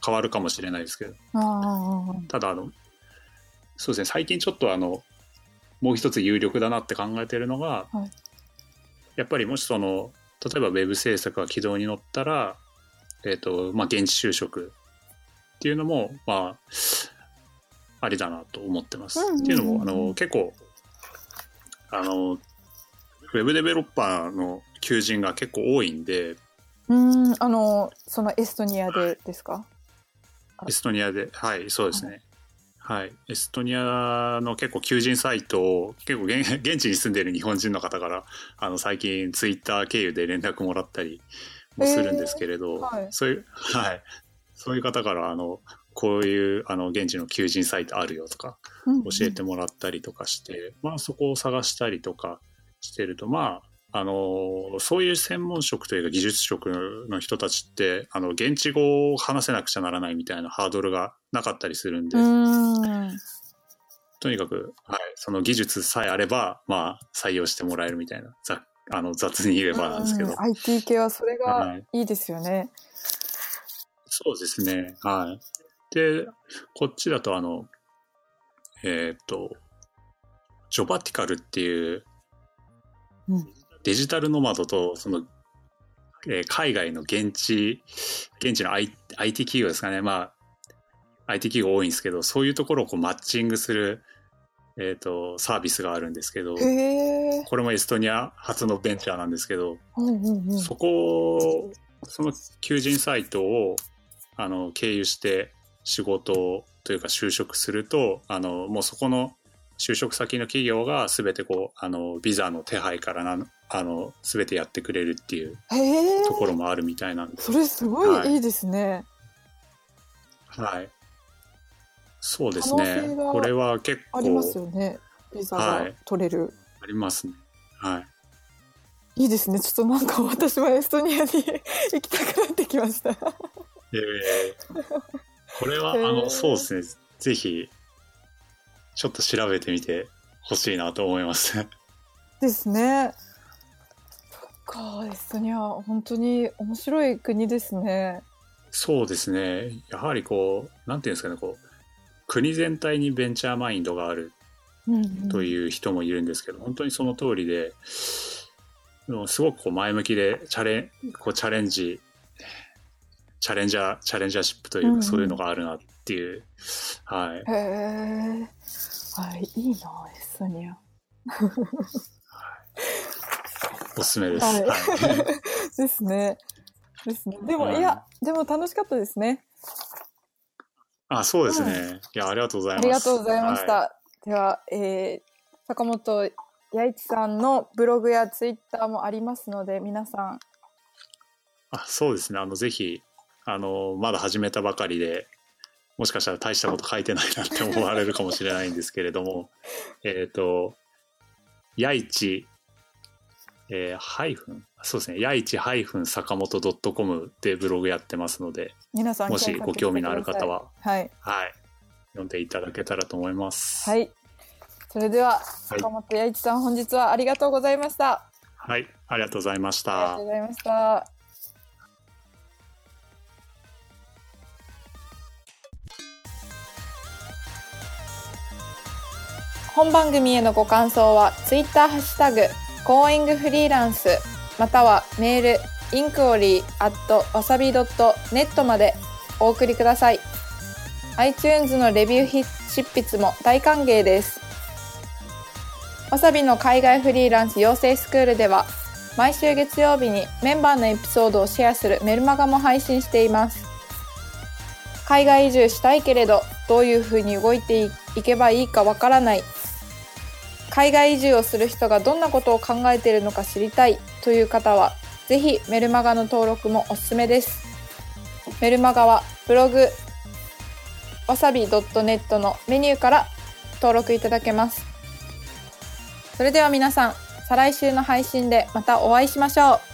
変わるかもしれないですけど、 あただあのそうですね、最近ちょっとあのもう一つ有力だなって考えてるのが、 はい、 やっぱりもしその例えばウェブ制作が軌道に乗ったら、えーとまあ、現地就職っていうのもまあありだなと思ってます。うんうんうんうん、っていうのもあの結構あのウェブデベロッパーの求人が結構多いんで、 うんあのそのエストニアでですか？ エストニアで、はいそうですね、はい、エストニアの結構求人サイトを結構現, 現地に住んでいる日本人の方からあの最近ツイッター経由で連絡もらったりもするんですけれど、えーはい、そういう、はい、そういう方からあのこういうあの現地の求人サイトあるよとか教えてもらったりとかして、うんうん、まあ、そこを探したりとかしてると、まああのそういう専門職というか技術職の人たちってあの現地語を話せなくちゃならないみたいなハードルがなかったりするんで、うんとにかく、はい、その技術さえあれば、まあ、採用してもらえるみたいな、ざあの雑に言えばなんですけど、 アイティー 系はそれがいいですよね、はい、 そうですね、はい。でこっちだとあのえっとジョバティカルっていう、うん、デジタルノマドとその、えー、海外の現地現地の アイティー 企業ですかね、まあ アイティー 企業多いんですけど、そういうところをこうマッチングする、えー、とサービスがあるんですけど、 へこれもエストニア初のベンチャーなんですけど、 うんうんうん、 そこその求人サイトをあの経由して仕事というか就職すると、あのもうそこの就職先の企業が全てこうあのビザの手配からなあの全てやってくれるっていうところもあるみたいなんで、 それすごいいいですね。 はい、はい、そうですね。これは結構ありますよね。ビザが取れる、はい、 ありますね。はい。 いいですね。ちょっとなんか私もエストニアに行きたくなってきました。えー、これはあのそうですね。ぜひちょっと調べてみてほしいなと思います。ですね。そっか、エストニア本当に面白い国ですね。 そうですね。やはりこうなんていうんですかね、こう国全体にベンチャーマインドがあるという人もいるんですけど、うんうん、本当にその通りで。すごくこう前向きでチャレン、こうチャレンジチャレンジャーチャレンジャーシップというか、うんうん、そういうのがあるなっていう、はい。 へえ、はい、いいなエストニア。はい、 おすすめです。 はいはい、 ですね。ですね。でも、はい、いやでも楽しかったですね。 あ、そうですね。うん、いやありがとうございます。 ありがとうございました。はい、では、えー、坂本弥一さんのブログやツイッターもありますので、皆さん。 あ、そうですね。あのぜひあのまだ始めたばかりで、もしかしたら大したこと書いてないなって思われるかもしれないんですけれども、えっとやいち、えー、ハイフンそうですね。やいちハイフン坂本ドットコムでブログやってますので、 皆さんもしご興味のある方は、 はい、 はい、読んでいただけたらと思います。 はい。それでは坂本弥一さん、本日はありがとうございました。 はい、ありがとうございました。 ありがとうございました。本番組へのご感想はツイッターハッシュタグゴーイングフリーランスまたはメールインクオリーアットわさびドットネットまでお送りください。 iTunes のレビュー執筆も大歓迎です。わさびの海外フリーランス養成スクールでは毎週月曜日にメンバーのエピソードをシェアするメルマガも配信しています。海外移住したいけれどどういうふうに動いていけばいいかわからない、海外移住をする人がどんなことを考えているのか知りたいという方はぜひメルマガの登録もおすすめです。メルマガはブログわさび .net のメニューから登録いただけます。それでは皆さん、再来週の配信でまたお会いしましょう。